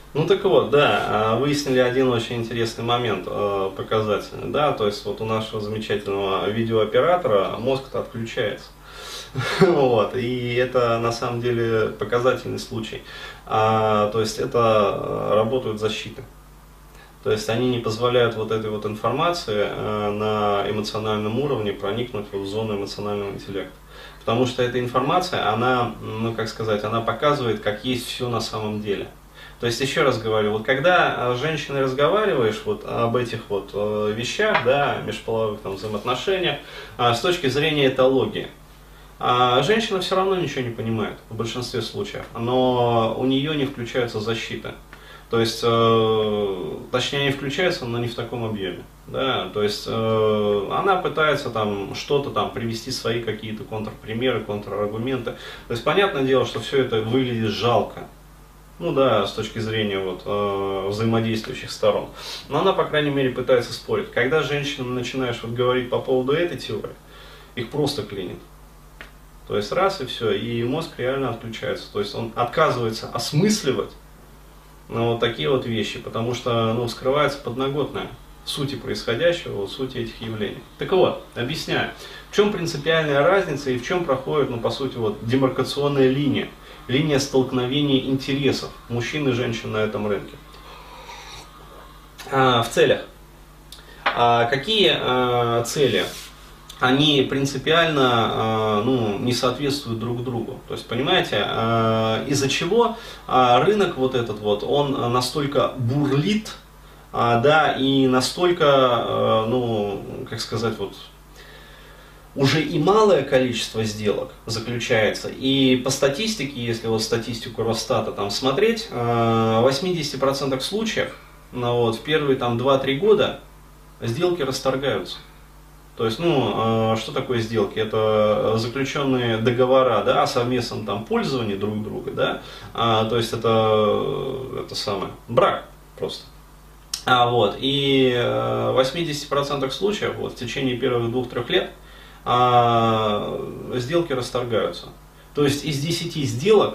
Ну так вот, да, выяснили один очень интересный момент показательный, да, то есть вот у нашего замечательного видеооператора мозг-то отключается. Вот, и это на самом деле показательный случай. То есть это работают защиты. То есть они не позволяют вот этой вот информации на эмоциональном уровне проникнуть в зону эмоционального интеллекта. Потому что эта информация, она, ну как сказать, она показывает, как есть все на самом деле. То есть, еще раз говорю, вот когда с женщиной разговариваешь вот об этих вот вещах, да, межполовых там взаимоотношениях, с точки зрения этологии, женщина все равно ничего не понимает в большинстве случаев, но у нее не включается защита. То есть, точнее, не включается, но не в таком объеме. Да? То есть, она пытается там что-то там привести свои какие-то контрпримеры, контраргументы. То есть, понятное дело, что все это выглядит жалко. Ну да, с точки зрения вот, взаимодействующих сторон. Но она, по крайней мере, пытается спорить. Когда женщинам начинаешь вот говорить по поводу этой теории, их просто клинит. То есть раз и все, и мозг реально отключается. То есть он отказывается осмысливать вот такие вот вещи, потому что ну, скрывается подноготная сути происходящего, вот, сути этих явлений. Так вот, объясняю, в чем принципиальная разница и в чем проходит, ну, по сути, вот, демаркационная линия. Линия столкновения интересов мужчин и женщин на этом рынке. В целях. Какие цели? Они принципиально ну, не соответствуют друг другу. То есть, понимаете, из-за чего рынок вот этот вот, он настолько бурлит, да, и настолько, ну, как сказать, вот, уже и малое количество сделок заключается. И по статистике, если вот статистику Росстата там смотреть, в 80% случаев ну, вот, в первые там 2-3 года сделки расторгаются. То есть, ну, что такое сделки? Это заключенные договора, да, о совместном там пользовании друг друга, да, то есть это самое, брак просто. Вот, и в 80% случаев вот, в течение первых 2-3 лет сделки расторгаются. То есть из 10 сделок,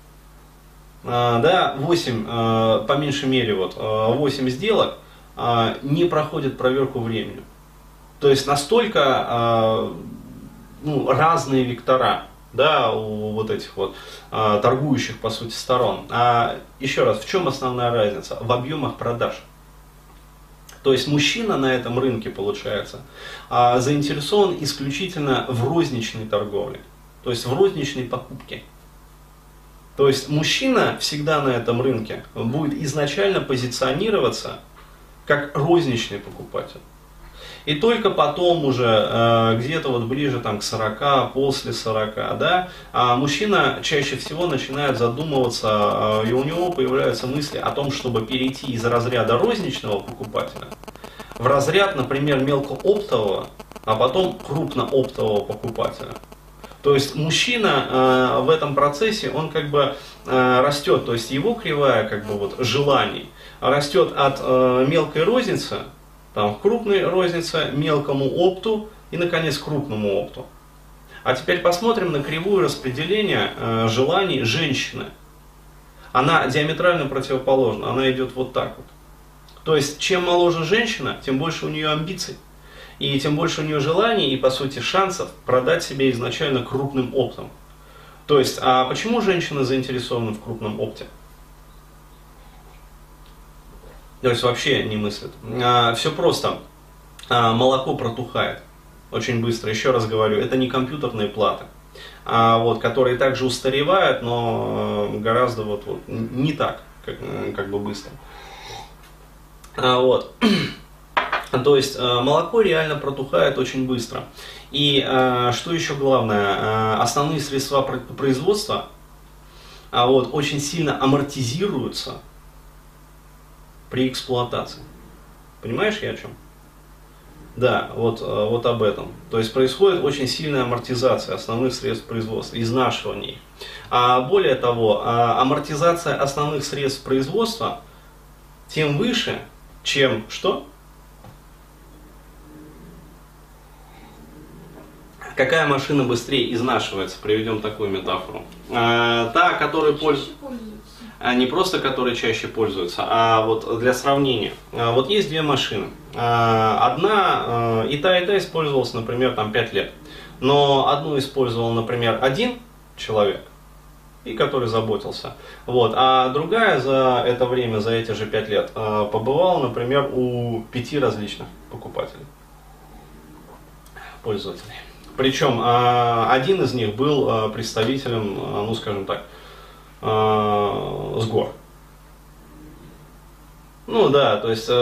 да, 8, по меньшей мере, вот, 8 сделок не проходят проверку временем. То есть настолько ну, разные вектора, да, у вот этих вот торгующих по сути сторон. Еще раз, в чем основная разница? В объемах продаж. То есть мужчина на этом рынке, получается, заинтересован исключительно в розничной торговле, то есть в розничной покупке. То есть мужчина всегда на этом рынке будет изначально позиционироваться как розничный покупатель. И только потом уже, где-то вот ближе там, к 40, после 40, да, мужчина чаще всего начинает задумываться, и у него появляются мысли о том, чтобы перейти из разряда розничного покупателя в разряд, например, мелкооптового, а потом крупнооптового покупателя. То есть мужчина в этом процессе, он как бы растет, то есть его кривая как бы вот желаний растет от мелкой розницы, там, крупной рознице, мелкому опту и, наконец, крупному опту. А теперь посмотрим на кривую распределения желаний женщины. Она диаметрально противоположна, она идет вот так вот. То есть, чем моложе женщина, тем больше у нее амбиций. И тем больше у нее желаний и, по сути, шансов продать себе изначально крупным оптом. То есть, а почему женщина заинтересована в крупном опте? То есть вообще не мыслит. Все просто. Молоко протухает очень быстро. Еще раз говорю, это не компьютерные платы, вот, которые также устаревают, но гораздо вот, не так, как бы быстро. Вот. То есть молоко реально протухает очень быстро. И что еще главное, основные средства производства вот, очень сильно амортизируются при эксплуатации. Понимаешь, я о чем? Да, вот об этом. То есть происходит очень сильная амортизация основных средств производства, изнашивание. Более того, амортизация основных средств производства тем выше, чем что? Какая машина быстрее изнашивается? Приведем такую метафору. Та, которой пользуется. не просто которые чаще пользуются, а вот для сравнения. Вот есть две машины. Одна, и та использовалась, например, там 5 лет. Но одну использовал, например, один человек, и который заботился. Вот. А другая за это время, за эти же 5 лет, побывала, например, у 5 различных покупателей, пользователей. Причем один из них был представителем, ну скажем так, с гор. Ну да, то есть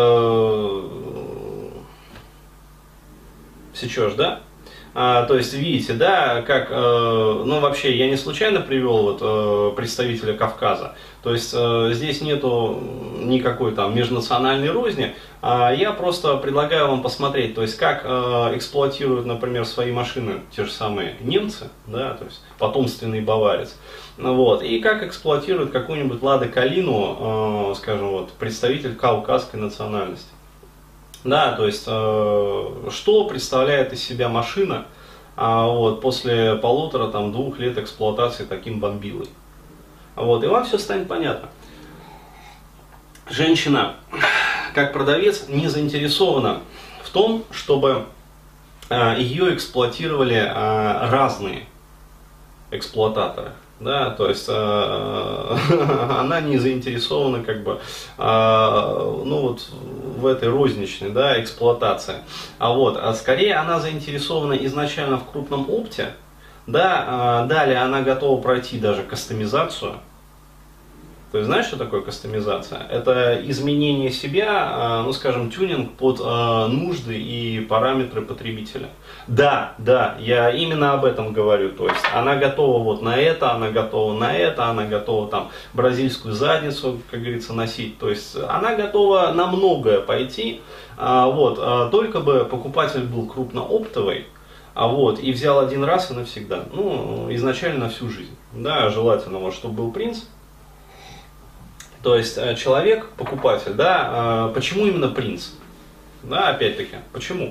сечешь, да? То есть видите, да, как, ну вообще я не случайно привел вот представителя Кавказа. То есть здесь нету никакой там межнациональной розни. Я просто предлагаю вам посмотреть, то есть как эксплуатируют, например, свои машины те же самые немцы, да, то есть потомственный баварец. Вот, и как эксплуатирует какую-нибудь Ладо Калину, скажем, вот, представитель кавказской национальности. Да, то есть, что представляет из себя машина вот, после 1,5-2 лет эксплуатации таким бомбилой. Вот, и вам все станет понятно. Женщина, как продавец, не заинтересована в том, чтобы ее эксплуатировали разные эксплуататоры. Да, то есть она не заинтересована как бы, ну вот в этой розничной, да, эксплуатации. А скорее она заинтересована изначально в крупном опте, да, далее она готова пройти даже кастомизацию. То есть знаешь, что такое кастомизация? Это изменение себя, ну скажем, тюнинг под нужды и параметры потребителя. Да, я именно об этом говорю. То есть она готова вот на это, она готова на это, она готова там бразильскую задницу, как говорится, носить. То есть она готова на многое пойти, только бы покупатель был крупнооптовый, и взял один раз и навсегда. Ну, изначально на всю жизнь. Да, желательно, вот, чтобы был принц. То есть человек, покупатель, да, почему именно принц? Да, опять-таки, почему?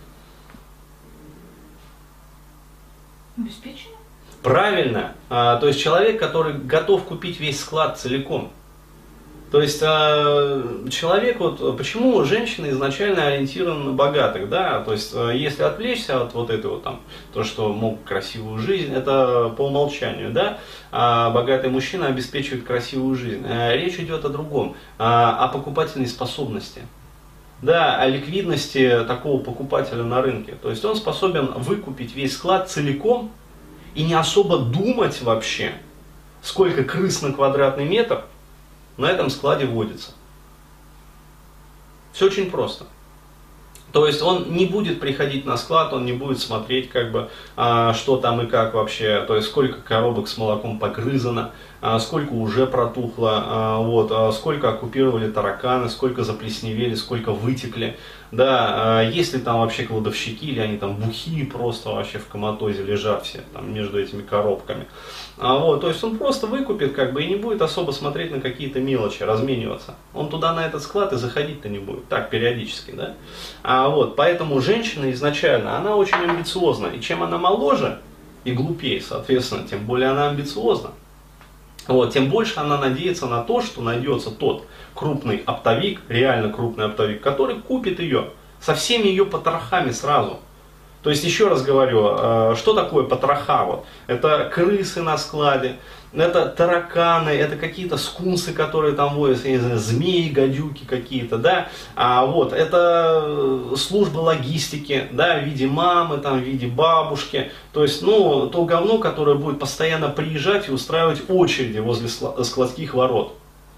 Обеспечено? Правильно. То есть человек, который готов купить весь склад целиком. То есть человек, вот почему женщина изначально ориентирована на богатых, да, то есть если отвлечься от вот этого там, то, что мог красивую жизнь, это по умолчанию, да, богатый мужчина обеспечивает красивую жизнь. Речь идет о другом, о покупательной способности. Да, о ликвидности такого покупателя на рынке. То есть он способен выкупить весь склад целиком и не особо думать вообще, сколько крыс на квадратный метр на этом складе водится. Все очень просто. То есть он не будет приходить на склад, он не будет смотреть, как бы, что там и как вообще, то есть сколько коробок с молоком погрызано, сколько уже протухло, сколько оккупировали тараканы, сколько заплесневели, сколько вытекли, да, есть ли там вообще кладовщики, или они там бухие просто вообще в коматозе лежат все там между этими коробками. То есть он просто выкупит, как бы, и не будет особо смотреть на какие-то мелочи, размениваться. Он туда на этот склад и заходить-то не будет, так, периодически, да. Поэтому женщина изначально, она очень амбициозна, и чем она моложе и глупее, соответственно, тем более она амбициозна. Тем больше она надеется на то, что найдется тот крупный оптовик, реально крупный оптовик, который купит ее со всеми ее потрохами сразу. То есть, еще раз говорю, что такое потроха? Это крысы на складе, это тараканы, это какие-то скунсы, которые там водятся, я не знаю, змеи, гадюки какие-то, да, это служба логистики, да, в виде мамы, там, в виде бабушки, то есть, то говно, которое будет постоянно приезжать и устраивать очереди возле складских ворот.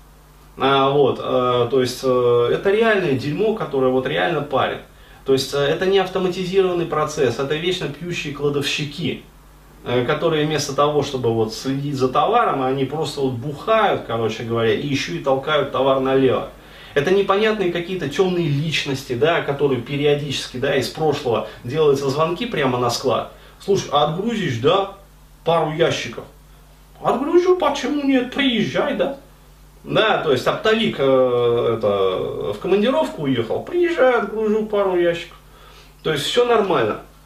То есть, это реальное дерьмо, которое вот реально парит. То есть это не автоматизированный процесс, это вечно пьющие кладовщики, которые вместо того, чтобы вот следить за товаром, они просто вот бухают, короче говоря, и еще и толкают товар налево. Это непонятные какие-то темные личности, да, которые периодически, да, из прошлого делаются звонки прямо на склад. Слушай, а отгрузишь, да, пару ящиков? Отгружу, почему нет, приезжай, да. Да, то есть оптовик в командировку уехал, приезжай, отгружу пару ящиков. То есть все нормально.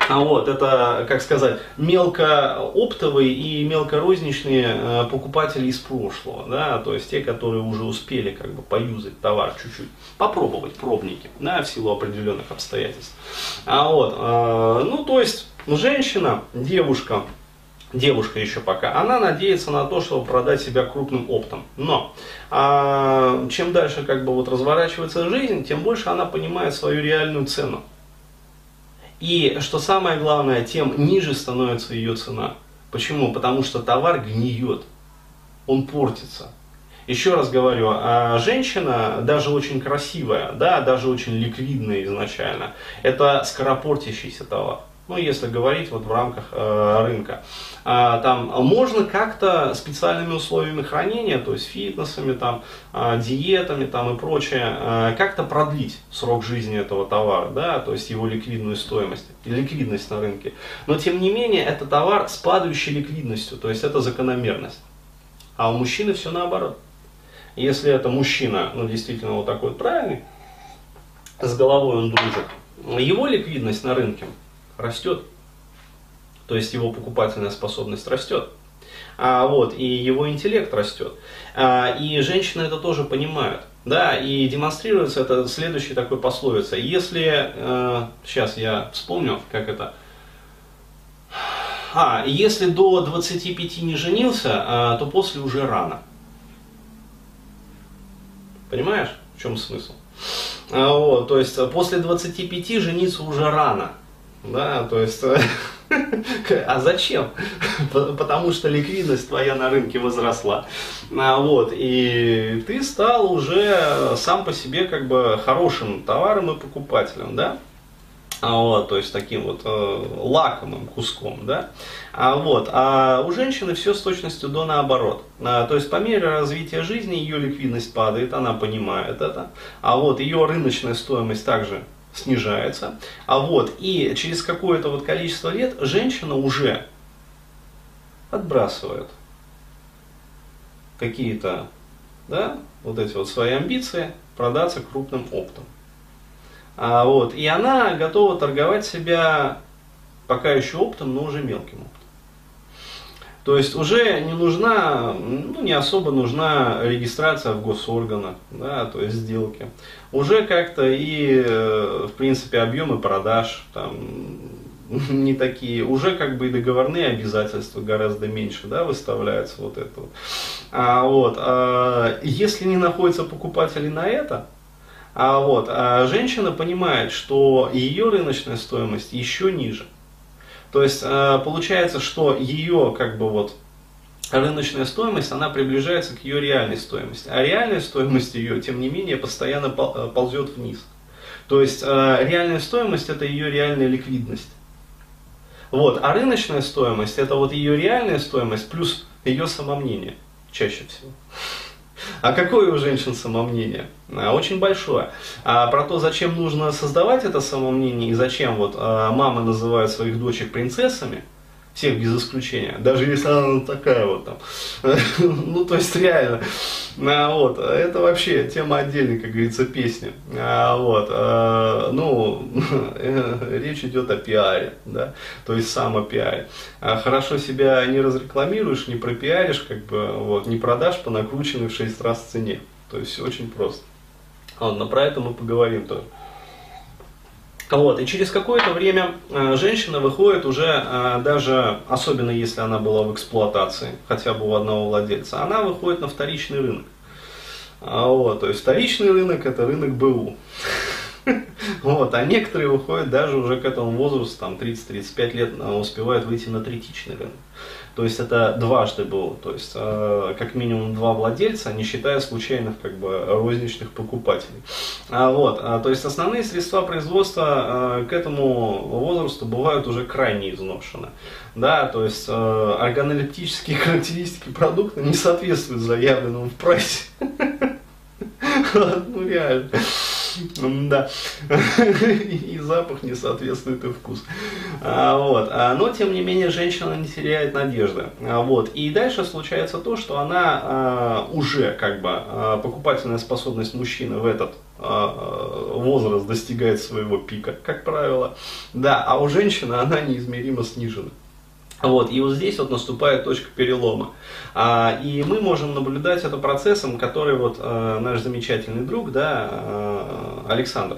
Вот, это, как сказать, мелкооптовые и мелкорозничные покупатели из прошлого, да, то есть те, которые уже успели как бы поюзать товар чуть-чуть, попробовать, пробники, да, в силу определенных обстоятельств. Ну, то есть, женщина, девушка еще пока, она надеется на то, чтобы продать себя крупным оптом. Но чем дальше как бы вот разворачивается жизнь, тем больше она понимает свою реальную цену. И что самое главное, тем ниже становится ее цена. Почему? Потому что товар гниет, он портится. Еще раз говорю, женщина, даже очень красивая, да, даже очень ликвидная изначально, это скоропортящийся товар. Ну, если говорить вот в рамках рынка. Там можно как-то специальными условиями хранения, то есть фитнесами, там, диетами там, и прочее, как-то продлить срок жизни этого товара, да, то есть его ликвидную стоимость, ликвидность на рынке. Но тем не менее, это товар с падающей ликвидностью, то есть это закономерность. А у мужчины все наоборот. Если это мужчина, ну, действительно вот такой вот правильный, с головой он дружит, его ликвидность на рынке растет, то есть его покупательная способность растет, вот, и его интеллект растет, и женщины это тоже понимают, да, и демонстрируется это следующей такой пословицей. Если, сейчас я вспомню, как это, если до 25 не женился, то после уже рано. Понимаешь, в чем смысл? Вот, то есть после 25 жениться уже рано. Да, то есть, а зачем? Потому что ликвидность твоя на рынке возросла. Вот, и ты стал уже сам по себе как бы хорошим товаром и покупателем, да? Вот, то есть таким вот лакомым куском, да? Вот, а у женщины все с точностью до наоборот. То есть по мере развития жизни ее ликвидность падает, она понимает это. Вот, ее рыночная стоимость также снижается, вот, и через какое-то вот количество лет женщина уже отбрасывает какие-то, да, вот эти вот свои амбиции продаться крупным оптом. Вот, и она готова торговать себя пока еще оптом, но уже мелким оптом. То есть уже не нужна, ну, не особо нужна регистрация в госорганах, да, то есть сделки. Уже как-то и, в принципе, объемы продаж там не такие, уже как бы и договорные обязательства гораздо меньше, да, выставляются вот это вот. Если не находится покупателей на это, женщина понимает, что ее рыночная стоимость еще ниже. То есть получается, что ее как бы вот рыночная стоимость, она приближается к ее реальной стоимости. А реальная стоимость ее, тем не менее, постоянно ползет вниз. То есть реальная стоимость это ее реальная ликвидность. Вот. А рыночная стоимость это вот ее реальная стоимость плюс ее самомнение чаще всего. А какое у женщин самомнение? Очень большое. Про то, зачем нужно создавать это самомнение и зачем вот мамы называют своих дочек принцессами, всех без исключения, даже если она такая вот там, ну то есть реально, вот, это вообще тема отдельной, как говорится, песни, вот, ну, речь идет о пиаре, да, то есть самопиаре. Хорошо себя не разрекламируешь, не пропиаришь, как бы, вот, не продашь по накрученной в 6 раз цене, то есть все очень просто. Ладно, про это мы поговорим тоже. Вот, и через какое-то время женщина выходит уже, даже особенно если она была в эксплуатации, хотя бы у одного владельца, она выходит на вторичный рынок. Вот, то есть вторичный рынок это рынок БУ. Вот, а некоторые выходят даже уже к этому возрасту, там 30-35 лет, успевают выйти на третичный рынок. То есть это дважды было, то есть как минимум 2 владельца, не считая случайных как бы розничных покупателей. Вот, то есть основные средства производства к этому возрасту бывают уже крайне изношены. Да, то есть органолептические характеристики продукта не соответствуют заявленному в прайсе. Ну реально. Да. И запах не соответствует, и вкус. Вот. Но, тем не менее, женщина не теряет надежды. Вот. И дальше случается то, что она уже, как бы, покупательная способность мужчины в возраст достигает своего пика, как правило, да, а у женщины она неизмеримо снижена. Вот, и вот здесь вот наступает точка перелома. И мы можем наблюдать это процессом, который вот наш замечательный друг, да, Александр,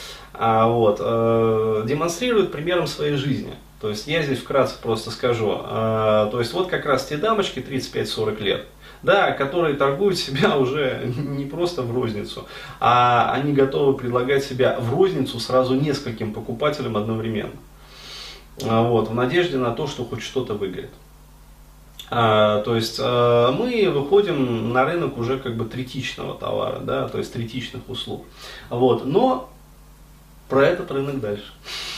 демонстрирует примером своей жизни. То есть я здесь вкратце просто скажу. То есть вот как раз те дамочки 35-40 лет, да, которые торгуют себя уже не просто в розницу, а они готовы предлагать себя в розницу сразу нескольким покупателям одновременно. Вот, в надежде на то, что хоть что-то выиграет. То есть мы выходим на рынок уже как бы третичного товара, да, то есть третичных услуг. Вот, но про этот рынок дальше.